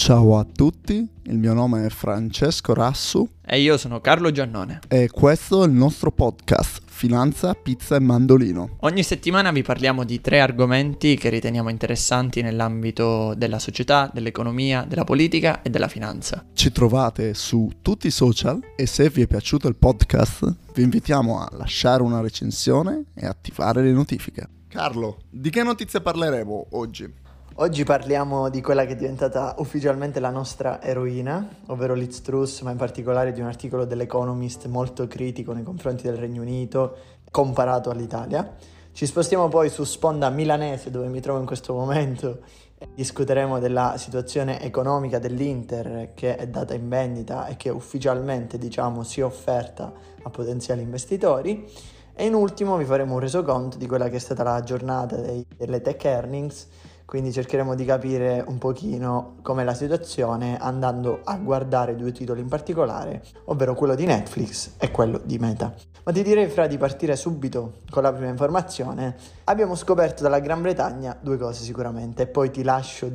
Ciao a tutti, il mio nome è Francesco Rassu E io sono Carlo Giannone. e questo è il nostro podcast Finanza, Pizza e Mandolino. Ogni settimana vi parliamo di 3 argomenti che riteniamo interessanti nell'ambito della società, dell'economia, della politica e della finanza. Ci trovate su tutti i social e se vi è piaciuto il podcast vi invitiamo a lasciare una recensione e attivare le notifiche. Carlo, di che notizie parleremo oggi? Oggi parliamo di quella che è diventata ufficialmente la nostra eroina, ovvero Liz Truss, ma in particolare di un articolo dell'Economist molto critico nei confronti del Regno Unito comparato all'Italia. Ci spostiamo poi su sponda milanese, dove mi trovo in questo momento, e discuteremo della situazione economica dell'Inter, che è data in vendita e che ufficialmente, si è offerta a potenziali investitori. E in ultimo vi faremo un resoconto di quella che è stata la giornata delle tech earnings. Quindi cercheremo di capire un pochino com'è la situazione andando a guardare 2 titoli in particolare, ovvero quello di Netflix e quello di Meta. Ma ti direi di partire subito con la prima informazione. Abbiamo scoperto dalla Gran Bretagna 2 cose sicuramente e poi ti lascio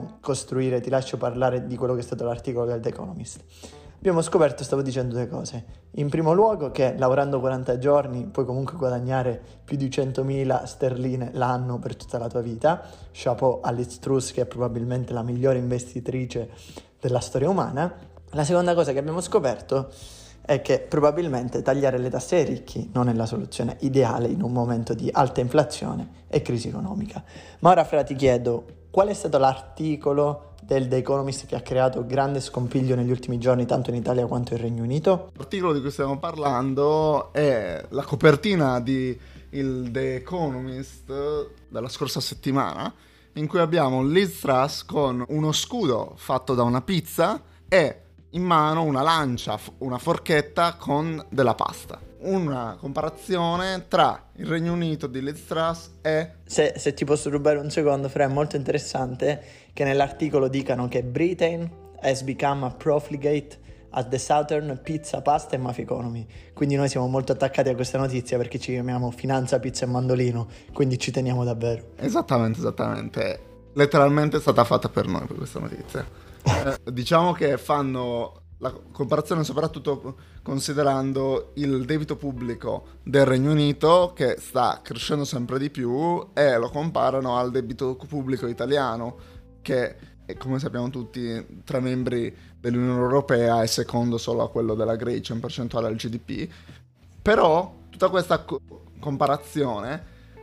parlare di quello che è stato l'articolo del The Economist. Abbiamo scoperto, stavo dicendo 2 cose. In primo luogo che lavorando 40 giorni puoi comunque guadagnare più di 100.000 sterline l'anno per tutta la tua vita. Chapeau a Liz Truss, che è probabilmente la migliore investitrice della storia umana. La seconda cosa che abbiamo scoperto è che probabilmente tagliare le tasse ai ricchi non è la soluzione ideale in un momento di alta inflazione e crisi economica. Ma ora ti chiedo, qual è stato l'articolo del The Economist che ha creato grande scompiglio negli ultimi giorni tanto in Italia quanto in Regno Unito? L'articolo di cui stiamo parlando è la copertina di The Economist della scorsa settimana, in cui abbiamo Liz Truss con uno scudo fatto da una pizza e in mano una lancia, una forchetta con della pasta. Una comparazione tra il Regno Unito di Liz Truss e... Se ti posso rubare un secondo, è molto interessante che nell'articolo dicano che Britain has become a profligate as the Southern Pizza, Pasta e Mafia Economy. Quindi noi siamo molto attaccati a questa notizia perché ci chiamiamo Finanza, Pizza e Mandolino, quindi ci teniamo davvero. Esattamente. Letteralmente è stata fatta per noi per questa notizia. Diciamo che fanno la comparazione soprattutto considerando il debito pubblico del Regno Unito, che sta crescendo sempre di più, e lo comparano al debito pubblico italiano, che come sappiamo tutti tra membri dell'Unione Europea è secondo solo a quello della Grecia in percentuale al GDP. Però tutta questa comparazione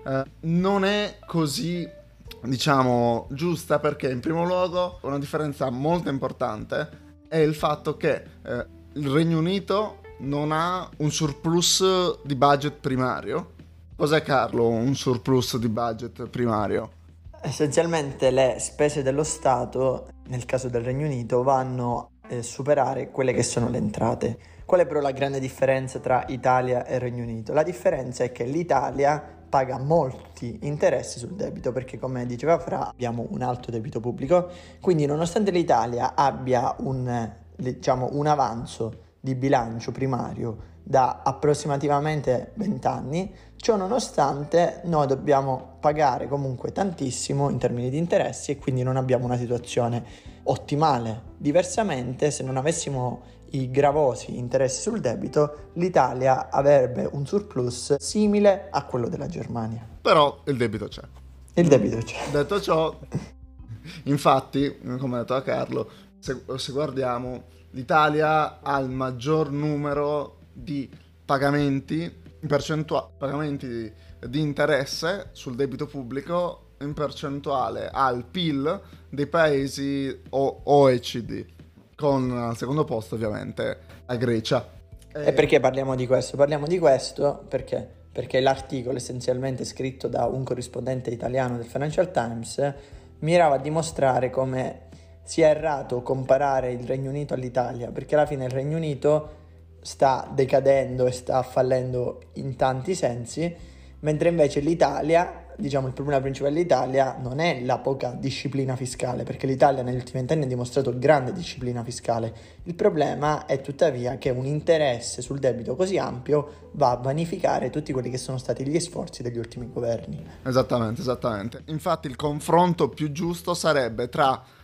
non è così giusta, perché in primo luogo una differenza molto importante è il fatto che il Regno Unito non ha un surplus di budget primario. Cos'è, Carlo, un surplus di budget primario? Essenzialmente le spese dello Stato, nel caso del Regno Unito, vanno a superare quelle che sono le entrate. Qual è però la grande differenza tra Italia e Regno Unito? La differenza è che l'Italia paga molti interessi sul debito, perché come diceva Fra abbiamo un alto debito pubblico, quindi nonostante l'Italia abbia un avanzo di bilancio primario da approssimativamente 20 anni, ciò nonostante noi dobbiamo pagare comunque tantissimo in termini di interessi e quindi non abbiamo una situazione ottimale. Diversamente, se non avessimo i gravosi interessi sul debito, l'Italia avrebbe un surplus simile a quello della Germania. Però il debito c'è. Il debito c'è. Detto ciò, infatti, come ha detto a Carlo, se guardiamo, l'Italia ha il maggior numero di pagamenti di interesse sul debito pubblico in percentuale al PIL dei paesi OECD, con al secondo posto ovviamente la Grecia. E perché parliamo di questo? Parliamo di questo perché l'articolo, essenzialmente scritto da un corrispondente italiano del Financial Times, mirava a dimostrare come sia errato comparare il Regno Unito all'Italia, perché alla fine il Regno Unito sta decadendo e sta fallendo in tanti sensi, mentre invece l'Italia, il problema principale dell'Italia non è la poca disciplina fiscale, perché l'Italia negli ultimi 20 anni ha dimostrato grande disciplina fiscale. Il problema è tuttavia che un interesse sul debito così ampio va a vanificare tutti quelli che sono stati gli sforzi degli ultimi governi. Esattamente. Infatti il confronto più giusto sarebbe tra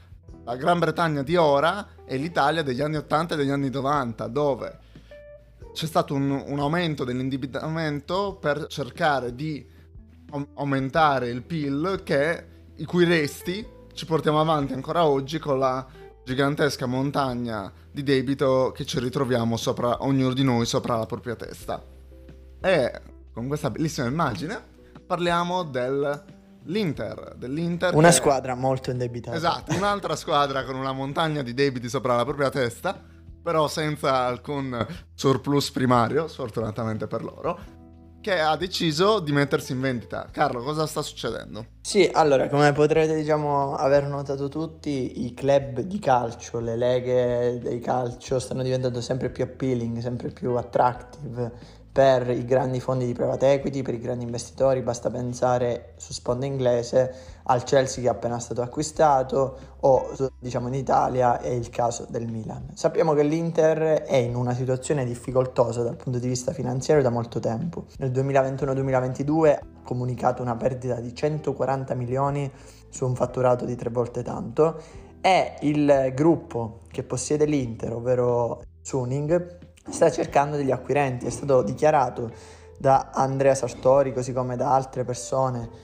la Gran Bretagna di ora e l'Italia degli anni 80 e degli anni 90, dove c'è stato un aumento dell'indebitamento per cercare di aumentare il PIL, i cui resti ci portiamo avanti ancora oggi con la gigantesca montagna di debito che ci ritroviamo sopra, ognuno di noi sopra la propria testa. E con questa bellissima immagine parliamo dell'Inter Una squadra molto indebitata. Esatto, un'altra squadra con una montagna di debiti sopra la propria testa, però senza alcun surplus primario, sfortunatamente per loro, che ha deciso di mettersi in vendita. Carlo, cosa sta succedendo? Sì, allora, come potrete, aver notato tutti, i club di calcio, le leghe dei calcio stanno diventando sempre più appealing, sempre più attractive per i grandi fondi di private equity, per i grandi investitori. Basta pensare, su sponda inglese, al Chelsea che è appena stato acquistato, o in Italia è il caso del Milan. Sappiamo che l'Inter è in una situazione difficoltosa dal punto di vista finanziario da molto tempo. Nel 2021-2022 ha comunicato una perdita di 140 milioni su un fatturato di 3 volte tanto, e il gruppo che possiede l'Inter, ovvero Suning, sta cercando degli acquirenti. È stato dichiarato da Andrea Sartori, così come da altre persone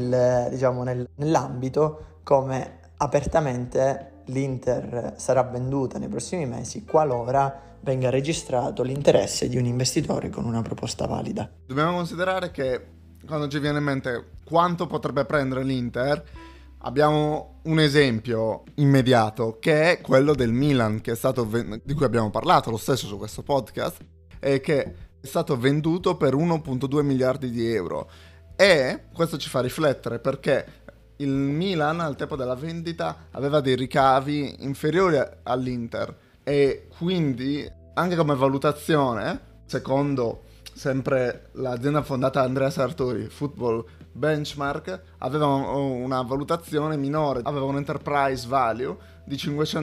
nell'ambito, come apertamente l'Inter sarà venduta nei prossimi mesi qualora venga registrato l'interesse di un investitore con una proposta valida. Dobbiamo considerare che quando ci viene in mente quanto potrebbe prendere l'Inter, abbiamo un esempio immediato che è quello del Milan, che è stato di cui abbiamo parlato lo stesso su questo podcast, e che è stato venduto per 1,2 miliardi di euro. E questo ci fa riflettere, perché il Milan al tempo della vendita aveva dei ricavi inferiori all'Inter, e quindi anche come valutazione, secondo sempre l'azienda fondata da Andrea Sartori, Football Benchmark, aveva una valutazione minore, aveva un enterprise value di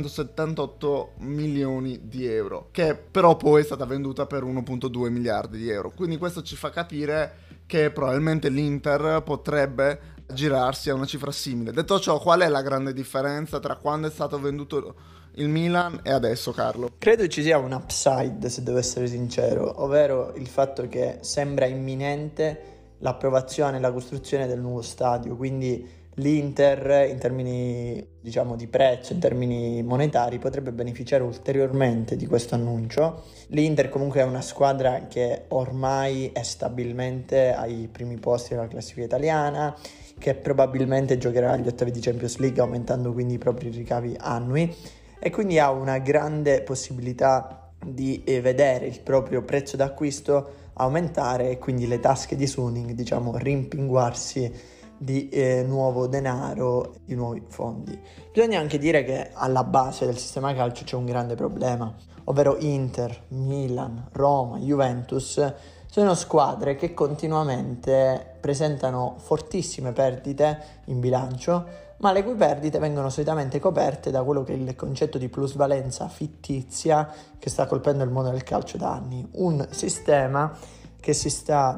578 milioni di euro, che però poi è stata venduta per 1,2 miliardi di euro. Quindi questo ci fa capire che probabilmente l'Inter potrebbe girarsi a una cifra simile. Detto ciò, qual è la grande differenza tra quando è stato venduto il Milan e adesso, Carlo? Credo ci sia un upside, se devo essere sincero, ovvero il fatto che sembra imminente l'approvazione e la costruzione del nuovo stadio, quindi l'Inter in termini di prezzo, in termini monetari, potrebbe beneficiare ulteriormente di questo annuncio. L'Inter comunque è una squadra che ormai è stabilmente ai primi posti della classifica italiana, che probabilmente giocherà agli ottavi di Champions League, aumentando quindi i propri ricavi annui, e quindi ha una grande possibilità di vedere il proprio prezzo d'acquisto aumentare, e quindi le tasche di Suning rimpinguarsi di nuovo denaro, di nuovi fondi. Bisogna anche dire che alla base del sistema calcio c'è un grande problema, ovvero Inter, Milan, Roma, Juventus sono squadre che continuamente presentano fortissime perdite in bilancio, ma le cui perdite vengono solitamente coperte da quello che è il concetto di plusvalenza fittizia che sta colpendo il mondo del calcio da anni. Un sistema che si sta,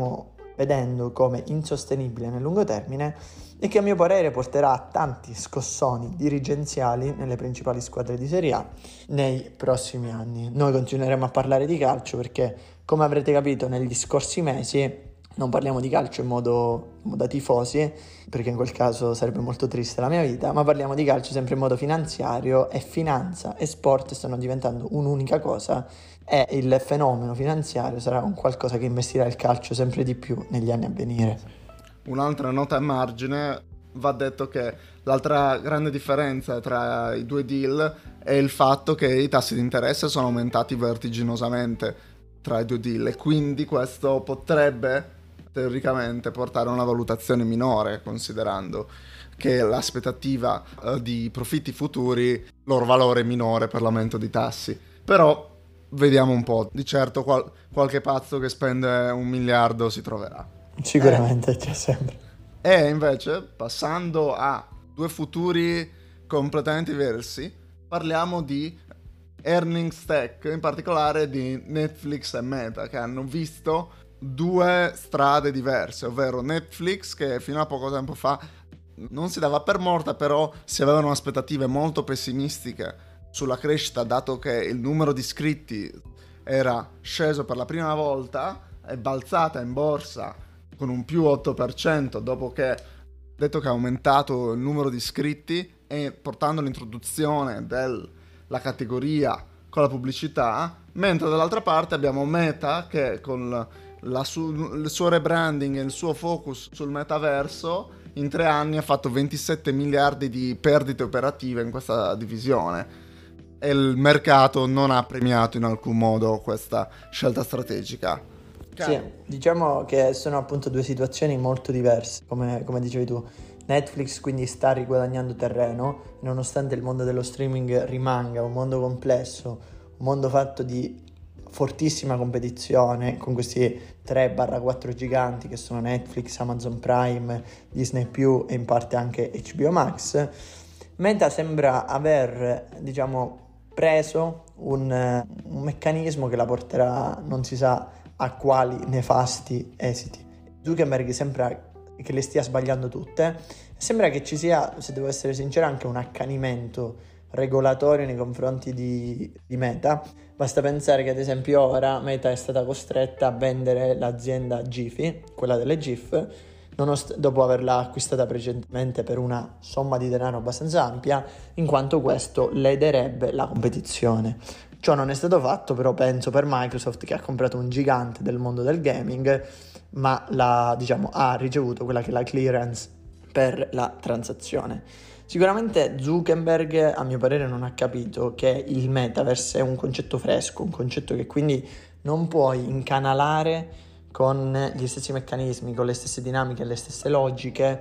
vedendo come insostenibile nel lungo termine, e che a mio parere porterà a tanti scossoni dirigenziali nelle principali squadre di Serie A nei prossimi anni. Noi continueremo a parlare di calcio perché, come avrete capito negli scorsi mesi, non parliamo di calcio in modo da tifosi, perché in quel caso sarebbe molto triste la mia vita, ma parliamo di calcio sempre in modo finanziario, e finanza e sport stanno diventando un'unica cosa, e il fenomeno finanziario sarà un qualcosa che investirà il calcio sempre di più negli anni a venire. Un'altra nota a margine: va detto che l'altra grande differenza tra i due deal è il fatto che i tassi di interesse sono aumentati vertiginosamente tra i due deal, e quindi questo potrebbe teoricamente portare a una valutazione minore, considerando che l'aspettativa di profitti futuri, loro valore è minore per l'aumento di tassi. Però vediamo un po', di certo qualche pazzo che spende 1 miliardo si troverà. Sicuramente c'è sempre. E invece, passando a due futuri completamente diversi, parliamo di earnings tech, in particolare di Netflix e Meta, che hanno visto due strade diverse, ovvero Netflix, che fino a poco tempo fa non si dava per morta, però si avevano aspettative molto pessimistiche sulla crescita, dato che il numero di iscritti era sceso per la prima volta, è balzata in borsa con un più 8% dopo che, detto che ha aumentato il numero di iscritti e portando l'introduzione della categoria con la pubblicità, mentre dall'altra parte abbiamo Meta che con il suo rebranding e il suo focus sul metaverso in 3 anni ha fatto 27 miliardi di perdite operative in questa divisione. E il mercato non ha premiato in alcun modo questa scelta strategica. Sì, diciamo che sono appunto due situazioni molto diverse, come dicevi tu. Netflix quindi sta riguadagnando terreno, nonostante il mondo dello streaming rimanga un mondo complesso, un mondo fatto di fortissima competizione con questi 3-4 giganti che sono Netflix, Amazon Prime, Disney+, e in parte anche HBO Max. Meta sembra aver, diciamo, preso un meccanismo che la porterà non si sa a quali nefasti esiti. Zuckerberg sembra che le stia sbagliando tutte, sembra che ci sia, se devo essere sincero, anche un accanimento regolatorio nei confronti di Meta. Basta pensare che ad esempio ora Meta è stata costretta a vendere l'azienda Giphy, quella delle GIF, dopo averla acquistata precedentemente per una somma di denaro abbastanza ampia, in quanto questo lederebbe la competizione. Ciò non è stato fatto però penso per Microsoft, che ha comprato un gigante del mondo del gaming, ma ha ricevuto quella che è la clearance per la transazione. Sicuramente Zuckerberg, a mio parere, non ha capito che il metaverse è un concetto fresco, un concetto che quindi non puoi incanalare con gli stessi meccanismi, con le stesse dinamiche e le stesse logiche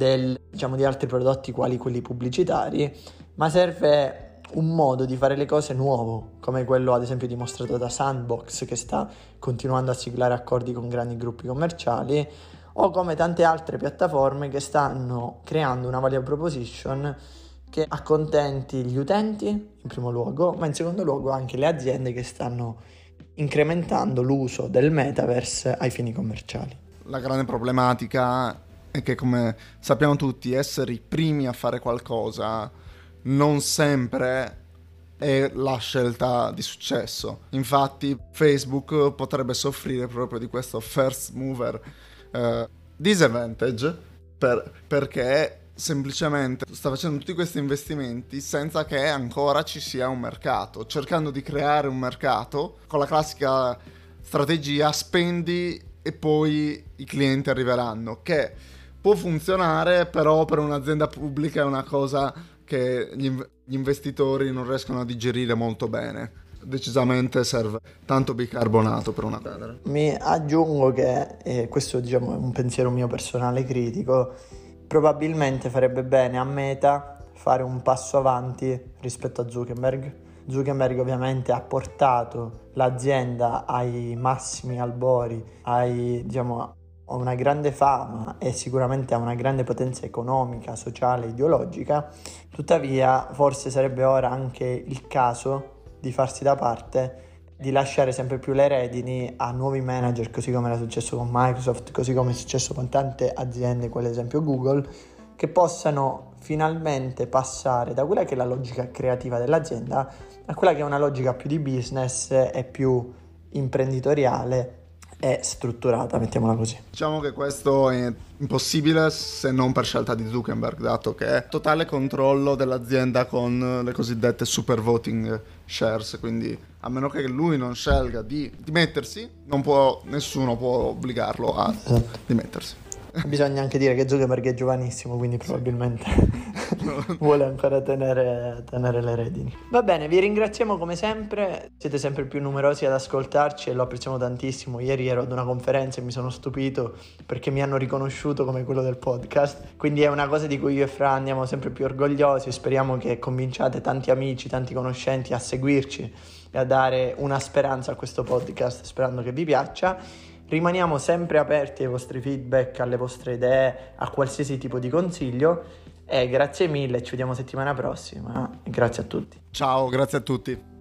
di altri prodotti quali quelli pubblicitari, ma serve un modo di fare le cose nuovo, come quello ad esempio dimostrato da Sandbox, che sta continuando a siglare accordi con grandi gruppi commerciali, o come tante altre piattaforme che stanno creando una value proposition che accontenti gli utenti in primo luogo, ma in secondo luogo anche le aziende che stanno incrementando l'uso del metaverse ai fini commerciali. La grande problematica è che, come sappiamo tutti, essere i primi a fare qualcosa non sempre è la scelta di successo. Infatti Facebook potrebbe soffrire proprio di questo first mover disadvantage perché semplicemente sta facendo tutti questi investimenti senza che ancora ci sia un mercato, cercando di creare un mercato con la classica strategia spendi e poi i clienti arriveranno, che può funzionare, però per un'azienda pubblica è una cosa che gli investitori non riescono a digerire molto bene. Decisamente serve tanto bicarbonato per una pedra. Mi aggiungo che, questo diciamo è un pensiero mio personale critico, probabilmente farebbe bene a Meta fare un passo avanti rispetto a Zuckerberg. Zuckerberg ovviamente ha portato l'azienda ai massimi albori, ha una grande fama e sicuramente ha una grande potenza economica, sociale, ideologica. Tuttavia forse sarebbe ora anche il caso di farsi da parte, di lasciare sempre più le redini a nuovi manager, così come era successo con Microsoft, così come è successo con tante aziende, come ad esempio Google, che possano finalmente passare da quella che è la logica creativa dell'azienda a quella che è una logica più di business e più imprenditoriale e strutturata, mettiamola così. Diciamo che questo è impossibile se non per scelta di Zuckerberg, dato che è totale controllo dell'azienda con le cosiddette super voting shares, quindi a meno che lui non scelga di dimettersi, nessuno può obbligarlo a dimettersi. Bisogna anche dire che Zuckerberg è giovanissimo, quindi probabilmente vuole ancora tenere le redini. Va bene, vi ringraziamo come sempre, siete sempre più numerosi ad ascoltarci e lo apprezziamo tantissimo. Ieri ero ad una conferenza e mi sono stupito perché mi hanno riconosciuto come quello del podcast, quindi è una cosa di cui io e Fra andiamo sempre più orgogliosi e speriamo che convinciate tanti amici, tanti conoscenti a seguirci e a dare una speranza a questo podcast, sperando che vi piaccia. Rimaniamo sempre aperti ai vostri feedback, alle vostre idee, a qualsiasi tipo di consiglio e grazie mille, ci vediamo settimana prossima. Grazie a tutti. Ciao, grazie a tutti.